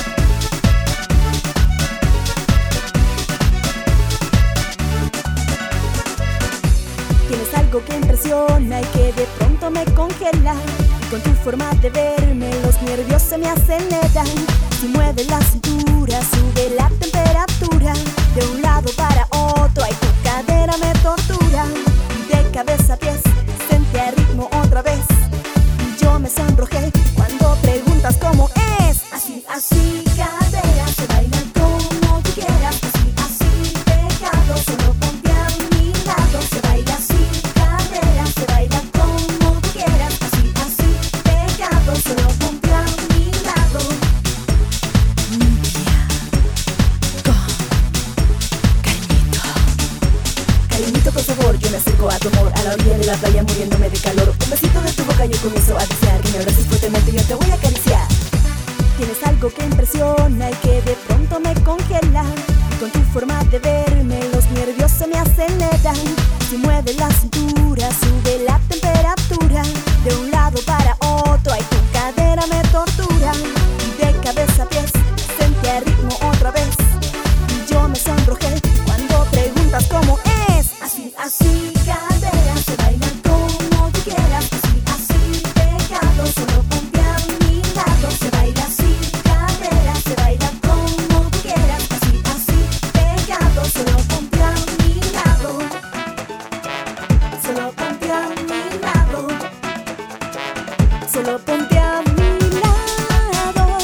Tienes algo que impresiona y que de pronto me congela. Con tu forma de verme los nervios se me aceleran. Si mueves la cintura sube la temperatura. De un lado para otro ay tu cadera me tortura. De cabeza a pies senté a ritmo otra vez. Y yo me sonrojé cuando preguntas cómo es. Así, así cadera se baila como tú quieras. Así, así pegado solo ponte a mi lado. Se baila así cadera se baila como tú quieras. Así, así pegado solo ponte a mi lado. Nidia, go, cariñito. Cariñito por favor, yo me acerco a tu amor. A la orilla de la playa muriéndome de calor. Un besito de tu boca yo comienzo a desear. Que me abraces fuertemente y yo te voy a acariciar. Tienes algo que impresiona y que de pronto me congela. Con tu forma de verme los nervios se me aceleran. Si mueves la cintura sube la temperatura. De un lado para otro ay tu cadera me tortura. De cabeza a pies senté a ritmo otra vez. Y yo me sonrojé cuando preguntas cómo es. Así, así cadera se baila como tú quieras. Así, así pegado solo ponte a mi lado. Se baila así cadera se baila como tú quieras. Así, así pegado solo ponte a mi lado. Solo ponte a mi lado. Solo ponte a mi lado.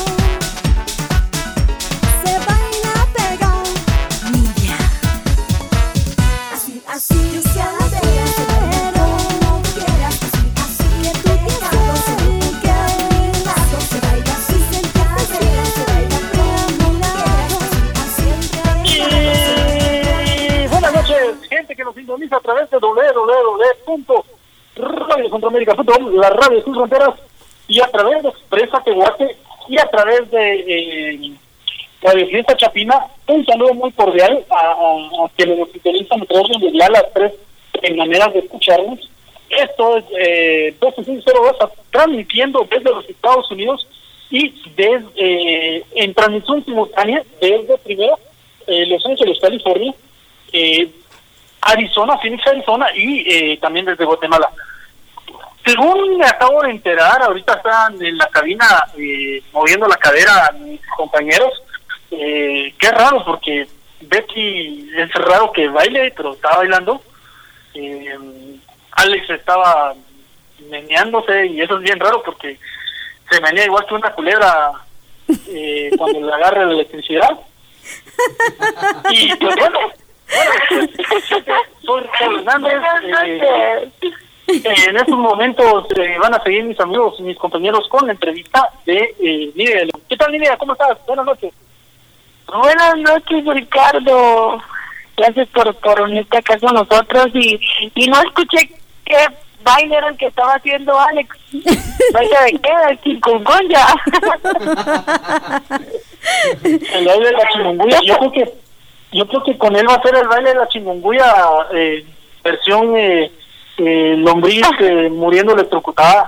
Se baila pegado. Nidia. Así, así cadera se baila como tú quieras. Así, así que tú pegado solo ponte a mi lado. Se baila así cadera se baila como tú quieras. Así, así Y buenas noches, gente que nos sintoniza a través de doble u doble u doble u punto radio centroamérica punto com, la radio sin fronteras, y a través de Expresa Tehuate y a través de eh, Radio Fiesta Chapina. Un saludo muy cordial a, a, a quienes nos sintonizan a través de ya las tres en maneras de escucharnos. Esto es eh, doce cinco cero dos, transmitiendo desde los Estados Unidos y desde eh, en transmisión simultánea desde primero eh, Los Ángeles, California, eh, Arizona, Phoenix, Arizona, y eh, también desde Guatemala. Según me acabo de enterar, ahorita están en la cabina eh, moviendo la cadera a mis compañeros. Eh, qué raro, porque Betty es raro que baile, pero estaba bailando. Eh, Alex estaba meneándose, y eso es bien raro porque se menea igual que una culebra eh, cuando le agarra la electricidad. Y pues bueno, bueno soy Ricardo Hernández. Eh, en estos momentos eh, van a seguir mis amigos y mis compañeros con la entrevista de eh, Nidia. ¿Qué tal, Nidia? ¿Cómo estás? Buenas noches. Buenas noches, Ricardo. Gracias por, por unirte acá con nosotros. Y, y no escuché qué baile era el que estaba haciendo Alex. ¿Baile de qué? ¿El chikungunya? El baile de la chikungunya. Yo creo que yo creo que con él va a ser el baile de la chikungunya, eh, versión eh, eh, lombriz eh, muriendo electrocutada.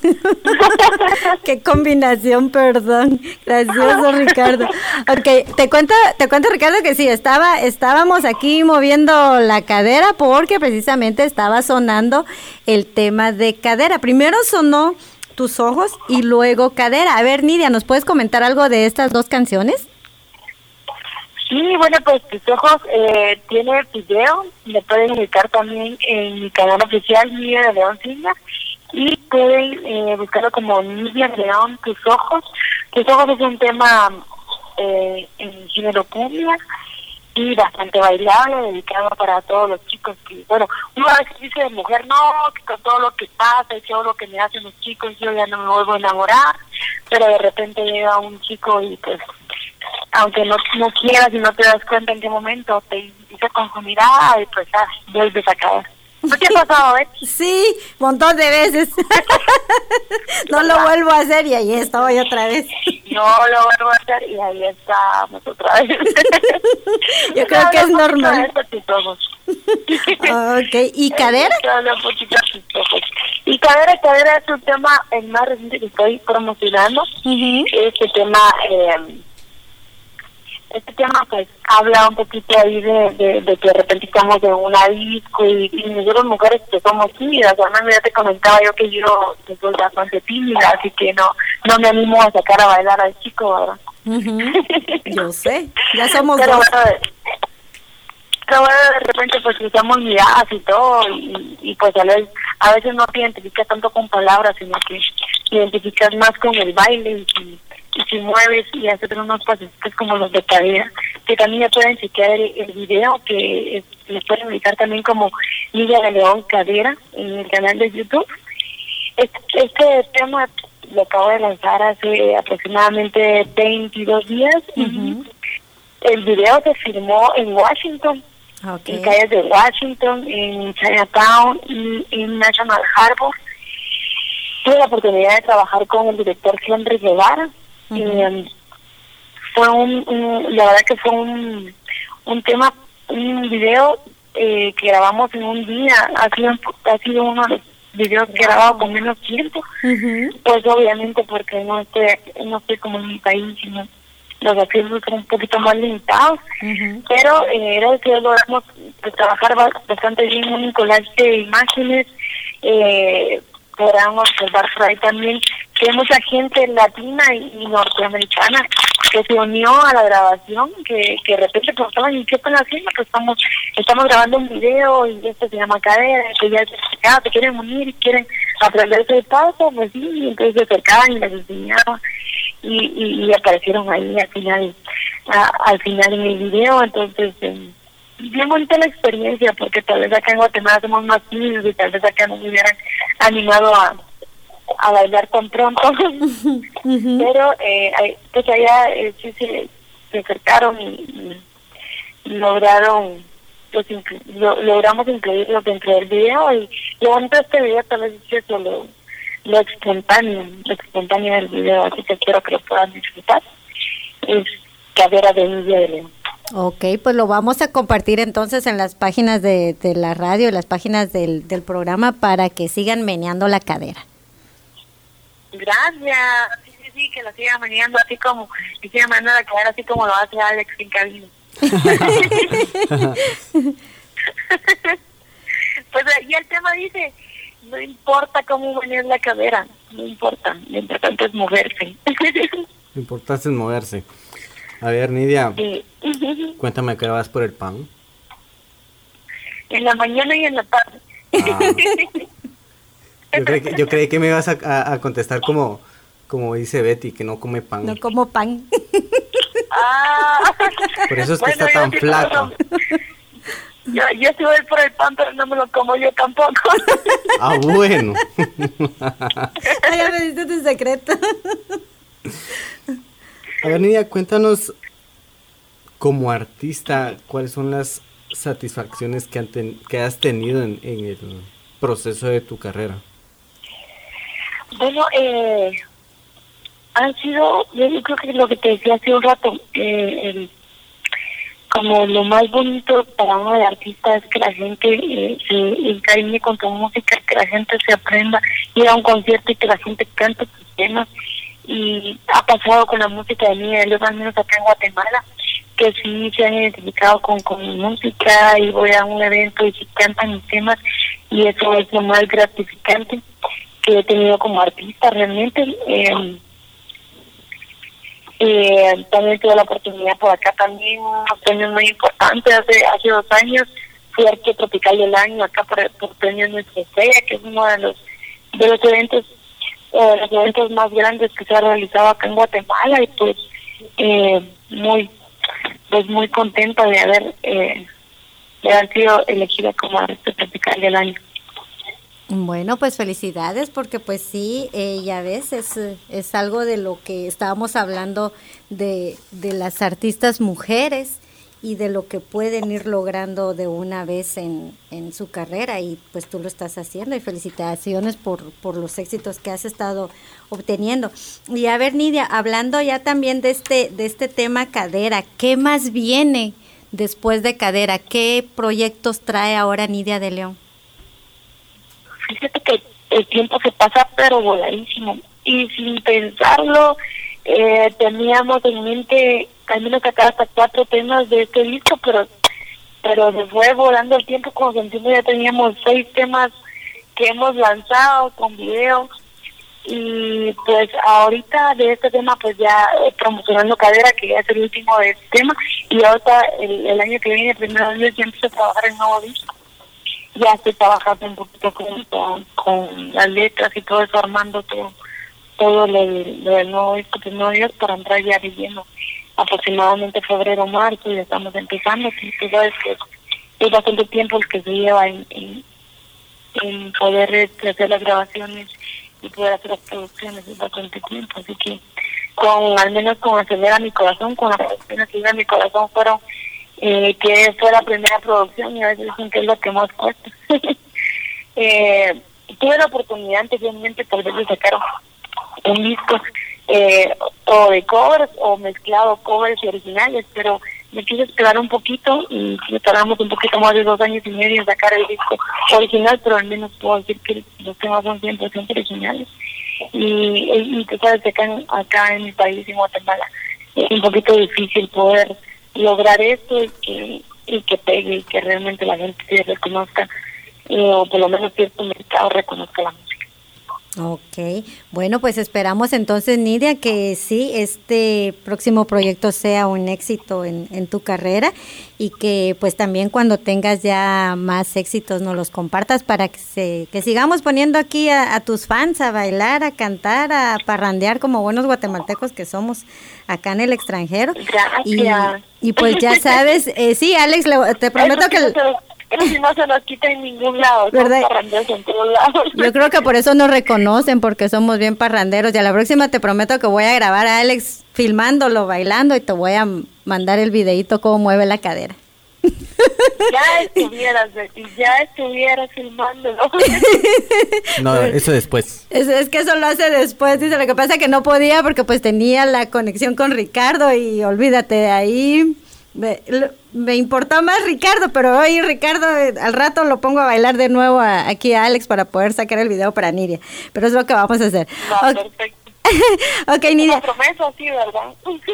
Qué combinación, perdón. Gracioso, Ricardo. Ok, te cuento, te cuento, Ricardo, que sí, estaba, estábamos aquí moviendo la cadera porque precisamente estaba sonando el tema de cadera. Primero sonó Tus Ojos y luego Cadera. A ver, Nidia, ¿nos puedes comentar algo de estas dos canciones? Sí, bueno, pues Tus Ojos eh, tiene video. Le pueden ubicar también en mi canal oficial, Nidia de León Silva. Y pueden eh, buscarlo como Nidia León, Tus Ojos. Tus Ojos es un tema eh, en género cumbia y bastante bailable, dedicado para todos los chicos que, bueno, uno a veces dice de mujer, no, que con todo lo que pasa y todo lo que me hacen los chicos yo ya no me vuelvo a enamorar, pero de repente llega un chico y pues, aunque no, no quieras y no te das cuenta en qué momento, te hipnotiza con su mirada y pues ah, vuelves a caer. ¿No te ha pasado, eh? Sí, montón de veces. No lo vuelvo a hacer y ahí estoy otra vez. No lo vuelvo a hacer y ahí estamos otra vez. Yo creo que es normal. Ok, ¿y cadera? Y cadera, cadera es un tema el más reciente que estoy promocionando. Uh-huh. Este tema... Eh, Este tema pues habla un poquito ahí de, de, de que de repente estamos en una disco y, y nosotros mujeres que somos tímidas, además ya te comentaba yo que yo que soy bastante tímida, así que no no me animo a sacar a bailar al chico, ¿verdad? Uh-huh. Yo sé, ya somos pero dos. Bueno, pero bueno, de repente pues usamos miradas y todo y, y pues a veces, a veces no te identificas tanto con palabras, sino que te identificas más con el baile y y si mueves y haces unos pasos como los de cadera, que también ya pueden chequear el, el video, que es, les pueden ubicar también como Lidia de León Cadera en el canal de YouTube. Este, este tema lo acabo de lanzar hace aproximadamente veintidós días. Uh-huh. El video se filmó en Washington, okay. En calles de Washington, en Chinatown y en National Harbor. Tuve la oportunidad de trabajar con el director Henry Guevara. Uh-huh. Eh, fue un, un, la verdad que fue un, un tema, un video eh, que grabamos en un día, ha sido, ha sido uno de los videos que he grabado con menos tiempo, uh-huh. Pues obviamente porque no estoy, no estoy como en mi país, sino los accesos son un poquito más limitados, uh-huh. Pero eh, era el que logramos pues, trabajar bastante bien en un collage de imágenes. eh, Podrán observar por ahí también que hay mucha gente latina y, y norteamericana que se unió a la grabación, que, que de repente preguntaban, ¿y qué están haciendo? Pues estamos estamos grabando un video y esto se llama cadera, que ya se, se quieren unir y quieren aprenderse el paso, pues sí, y entonces se acercaban y les enseñaban y, y, y aparecieron ahí al final, a, al final en el video. Entonces eh, bien bonita la experiencia, porque tal vez acá en Guatemala somos más tímidos y tal vez acá no me hubieran animado a, a bailar tan pronto. Uh-huh. Pero eh, pues allá eh, sí se, se acercaron y, y lograron, pues inclu- lo, logramos incluirlo dentro del video. Y lo bonito de este video tal vez es eso, lo, lo espontáneo, lo espontáneo del video, así que espero que lo puedan disfrutar. Es Cadera de Lidia de León. Ok, pues lo vamos a compartir entonces en las páginas de, de la radio, las páginas del, del programa para que sigan meneando la cadera. Gracias, sí, sí, sí, que lo sigan meneando así como, que sigan meneando la cadera así como lo hace Alex en cabina. Pues y el tema dice, no importa cómo meneas la cadera, no importa, lo importante es moverse. Lo importante es moverse. A ver, Nidia, sí. Cuéntame, ¿qué vas por el pan? En la mañana y en la tarde. Ah. Yo, creí que, yo creí que me ibas a, a, a contestar como, como dice Betty, que no come pan. No como pan. Ah. Por eso es que bueno, está tan flaca. Yo, yo sí voy por el pan, pero no me lo como yo tampoco. Ah, bueno. Ah, ya me diste tu secreto. A ver, Nidia, cuéntanos, como artista, ¿cuáles son las satisfacciones que, han ten, que has tenido en, en el proceso de tu carrera? Bueno, eh, han sido, yo creo que lo que te decía hace un rato, eh, el, como lo más bonito para uno de artista es que la gente eh, se encariñe con tu música, que la gente se aprenda, ir a un concierto y que la gente cante tus temas. Y ha pasado con la música de mí, yo al menos acá en Guatemala, que sí se han identificado con, con mi música y voy a un evento y sí cantan mis temas y eso es lo más gratificante que he tenido como artista realmente. Eh, eh, también tuve la oportunidad por acá también, unos premios muy importantes, hace hace dos años fui Arque Tropical del Año acá por, por Premios Nuestra Estrella, que es uno de los, de los eventos Eh, los eventos más grandes que se ha realizado acá en Guatemala y pues eh, muy pues muy contenta de haber eh, de haber sido elegida como artista tropical del año. Bueno, pues felicidades porque pues sí, eh, ya ves, es, es algo de lo que estábamos hablando de, de las artistas mujeres y de lo que pueden ir logrando de una vez en, en su carrera, y pues tú lo estás haciendo, y felicitaciones por, por los éxitos que has estado obteniendo. Y a ver, Nidia, hablando ya también de este, de este tema Cadera, ¿qué más viene después de Cadera? ¿Qué proyectos trae ahora Nidia de León? Fíjate que el tiempo se pasa pero voladísimo, y sin pensarlo eh, teníamos en mente al menos sacar hasta cuatro temas de este disco, pero pero se fue volando el tiempo. Como sentimos, ya teníamos seis temas que hemos lanzado con videos, y pues ahorita de este tema pues ya eh, promocionando Cadera, que ya es el último de este tema, y ahorita el, el año que viene, el primero de ya empiezo a trabajar en nuevo disco. Ya estoy trabajando un poquito con, con, con las letras y todo eso, armando todo todo lo, lo del nuevo disco, pues no Dios, para entrar ya viviendo aproximadamente febrero, marzo, y ya estamos empezando. Y tú sabes que es bastante tiempo el que se lleva en, en, en poder hacer las grabaciones y poder hacer las producciones, es bastante tiempo. Así que con al menos con Acelera Mi Corazón, con la producción Acelera Mi Corazón, fueron eh, que fue la primera producción, y a veces dicen que es lo que más cuesta. eh, tuve la oportunidad anteriormente tal vez de sacar un disco eh, o de covers o mezclado covers y originales, pero me quise esperar un poquito, y tardamos un poquito más de dos años y medio en sacar el disco original, pero al menos puedo decir que los temas son cien por ciento originales. Y, y, y tú sabes que acá en, acá en mi país, en Guatemala, es un poquito difícil poder lograr esto y que, y que pegue, y que realmente la gente se reconozca, eh, o por lo menos cierto mercado reconozca la música. Ok, bueno, pues esperamos entonces, Nidia, que sí, este próximo proyecto sea un éxito en, en tu carrera, y que pues también cuando tengas ya más éxitos nos los compartas, para que se, que sigamos poniendo aquí a, a tus fans a bailar, a cantar, a parrandear como buenos guatemaltecos que somos acá en el extranjero. Gracias. Y, y pues ya sabes, eh, sí, Alex, le, te prometo que... El, Pero si no se nos quita en ningún lado, ¿verdad? En todos lados. Yo creo que por eso nos reconocen, porque somos bien parranderos. Y a la próxima te prometo que voy a grabar a Alex filmándolo, bailando, y te voy a mandar el videíto cómo mueve la cadera. Ya estuvieras, Betty, ya estuvieras filmándolo. No, eso después. Es, es que eso lo hace después, dice. Lo que pasa es que no podía porque pues tenía la conexión con Ricardo, y olvídate, de ahí... Me, me importó más Ricardo, pero hoy Ricardo al rato lo pongo a bailar de nuevo a, aquí a Alex para poder sacar el video para Nidia. Pero es lo que vamos a hacer. No, okay. Perfecto. Ok, Nidia. Una promesa, sí, ¿verdad?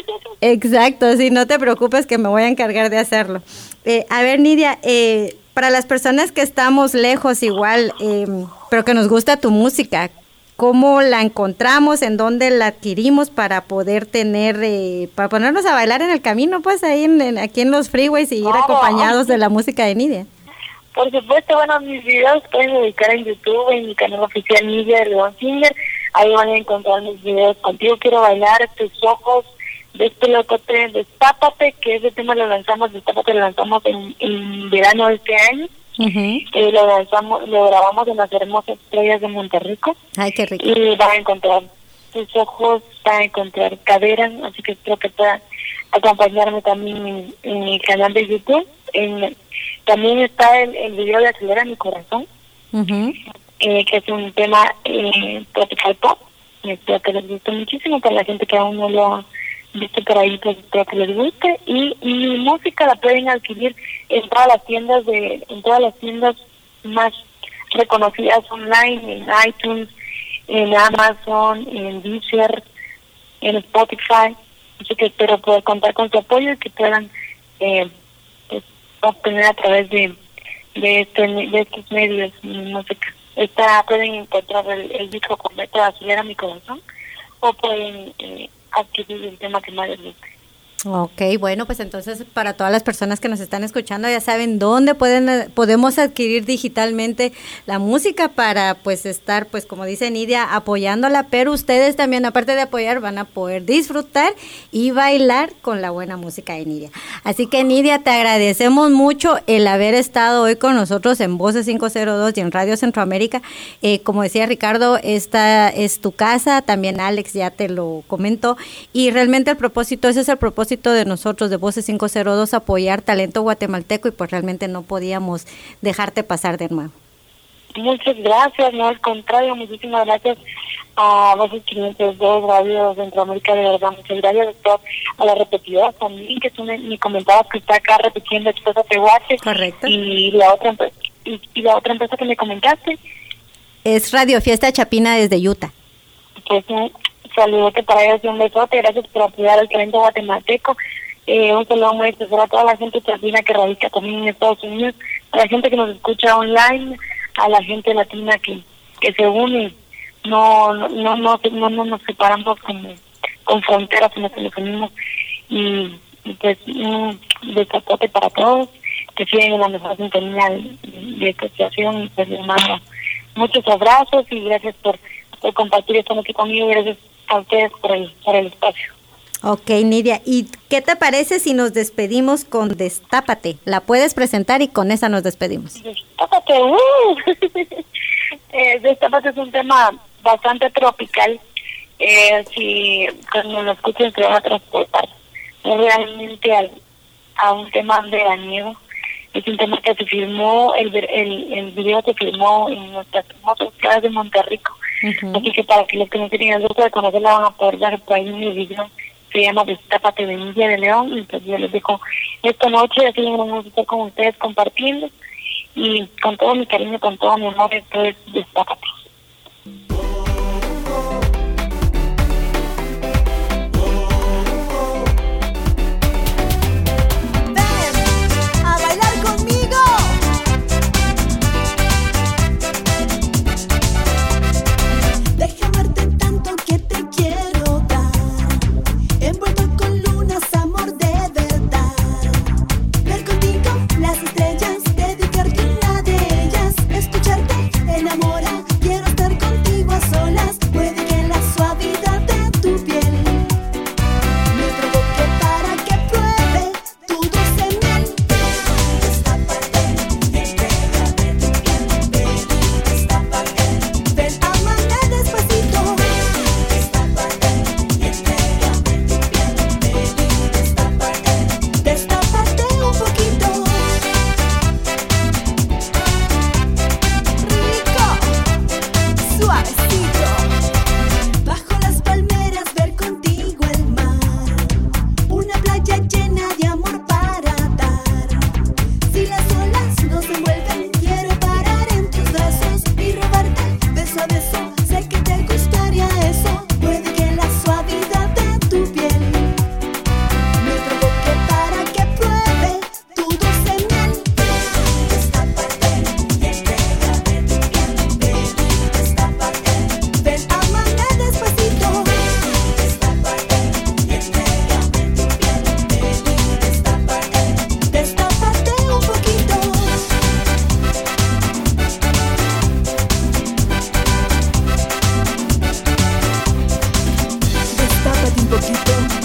Exacto, sí, no te preocupes que me voy a encargar de hacerlo. Eh, a ver, Nidia, eh, para las personas que estamos lejos igual, eh, pero que nos gusta tu música, ¿cómo la encontramos? ¿En dónde la adquirimos para poder tener, eh, para ponernos a bailar en el camino, pues ahí en, en, aquí en los freeways, y ir oh, acompañados de la música de Nidia? Por supuesto, bueno, mis videos pueden ubicar en YouTube, en mi canal oficial Nidia de León Singer. Ahí van a encontrar mis videos Contigo Quiero Bailar, Tus Ojos, Despelotote, Destápate, que ese tema lo lanzamos, Destápate lo lanzamos en, en verano de este año. Uh-huh. Eh, lo lanzamos, lo grabamos en las hermosas playas de Monterrico. Ay, qué rico. Y van a encontrar Tus Ojos, van a encontrar Cadera, así que espero que puedan acompañarme también en, en mi canal de YouTube. En, también está el, el video de Acelera Mi Corazón, uh-huh. eh, que es un tema eh, tropical pop. Espero que les guste muchísimo. Para la gente que aún no lo ha visto por ahí, pues espero que les guste. Y, y mi música la pueden adquirir en todas las tiendas de, en todas las tiendas más reconocidas online, en iTunes, en Amazon, en Deezer, en Spotify. Así que espero poder contar con su apoyo y que puedan eh, pues, obtener a través de de, este, de estos medios mi música. Esta, pueden encontrar el, el disco completo de Acelera Mi Corazón, o pueden eh, adquirir el tema que más les guste. Ok, bueno, pues entonces para todas las personas que nos están escuchando ya saben dónde pueden podemos adquirir digitalmente la música para pues estar, pues como dice Nidia, apoyándola, pero ustedes también, aparte de apoyar, van a poder disfrutar y bailar con la buena música de Nidia. Así que Nidia, te agradecemos mucho el haber estado hoy con nosotros en Voces quinientos dos y en Radio Centroamérica. Eh, como decía Ricardo, esta es tu casa, también Alex ya te lo comentó, y realmente el propósito, ese es el propósito propósito de nosotros de Voces quinientos dos apoyar talento guatemalteco y pues realmente no podíamos dejarte pasar de nuevo. Muchas gracias, no al contrario, muchísimas gracias a Voces quinientos dos, Radio Centroamérica, de verdad, muchas gracias doctor, a la repetidora también, que tú me, me comentabas que está acá repitiendo Expresa Tehuate. Correcto. Y la otra empresa, y, y la otra empresa que me comentaste. Es Radio Fiesta Chapina desde Utah. Pues un saludote para ellos y un besote, gracias por apoyar al talento guatemalteco. Eh, un saludo muy especial a toda la gente chapina que radica también en Estados Unidos, a la gente que nos escucha online, a la gente latina que, que se une. No no no no, no, no nos separamos con, con fronteras, sino que nos unimos. Y, y pues un besote para todos que siguen en la mejor sintonía de, de esta situación. Y pues les mando muchos abrazos y gracias por, por compartir esta noche conmigo. Gracias a ustedes por el, por el espacio. Ok, Nidia, ¿y qué te parece si nos despedimos con Destápate? La puedes presentar y con esa nos despedimos. Destápate, uh. eh, Destápate es un tema bastante tropical. Eh, si cuando lo escuchen se van a transportar realmente al, a un tema veraniego. Es un tema que se filmó, el, el, el video se filmó en nuestras hermosas playas de Monterrico. Uh-huh. Así que para que los que no tienen el gusto de conocerla van a poder ver por ahí un video. Se llama Destápate de Nidia de León. Y pues yo les dejo esta noche, así vamos a estar con ustedes compartiendo. Y con todo mi cariño, con todo mi amor, esto es Destápate. Destápate un poquito.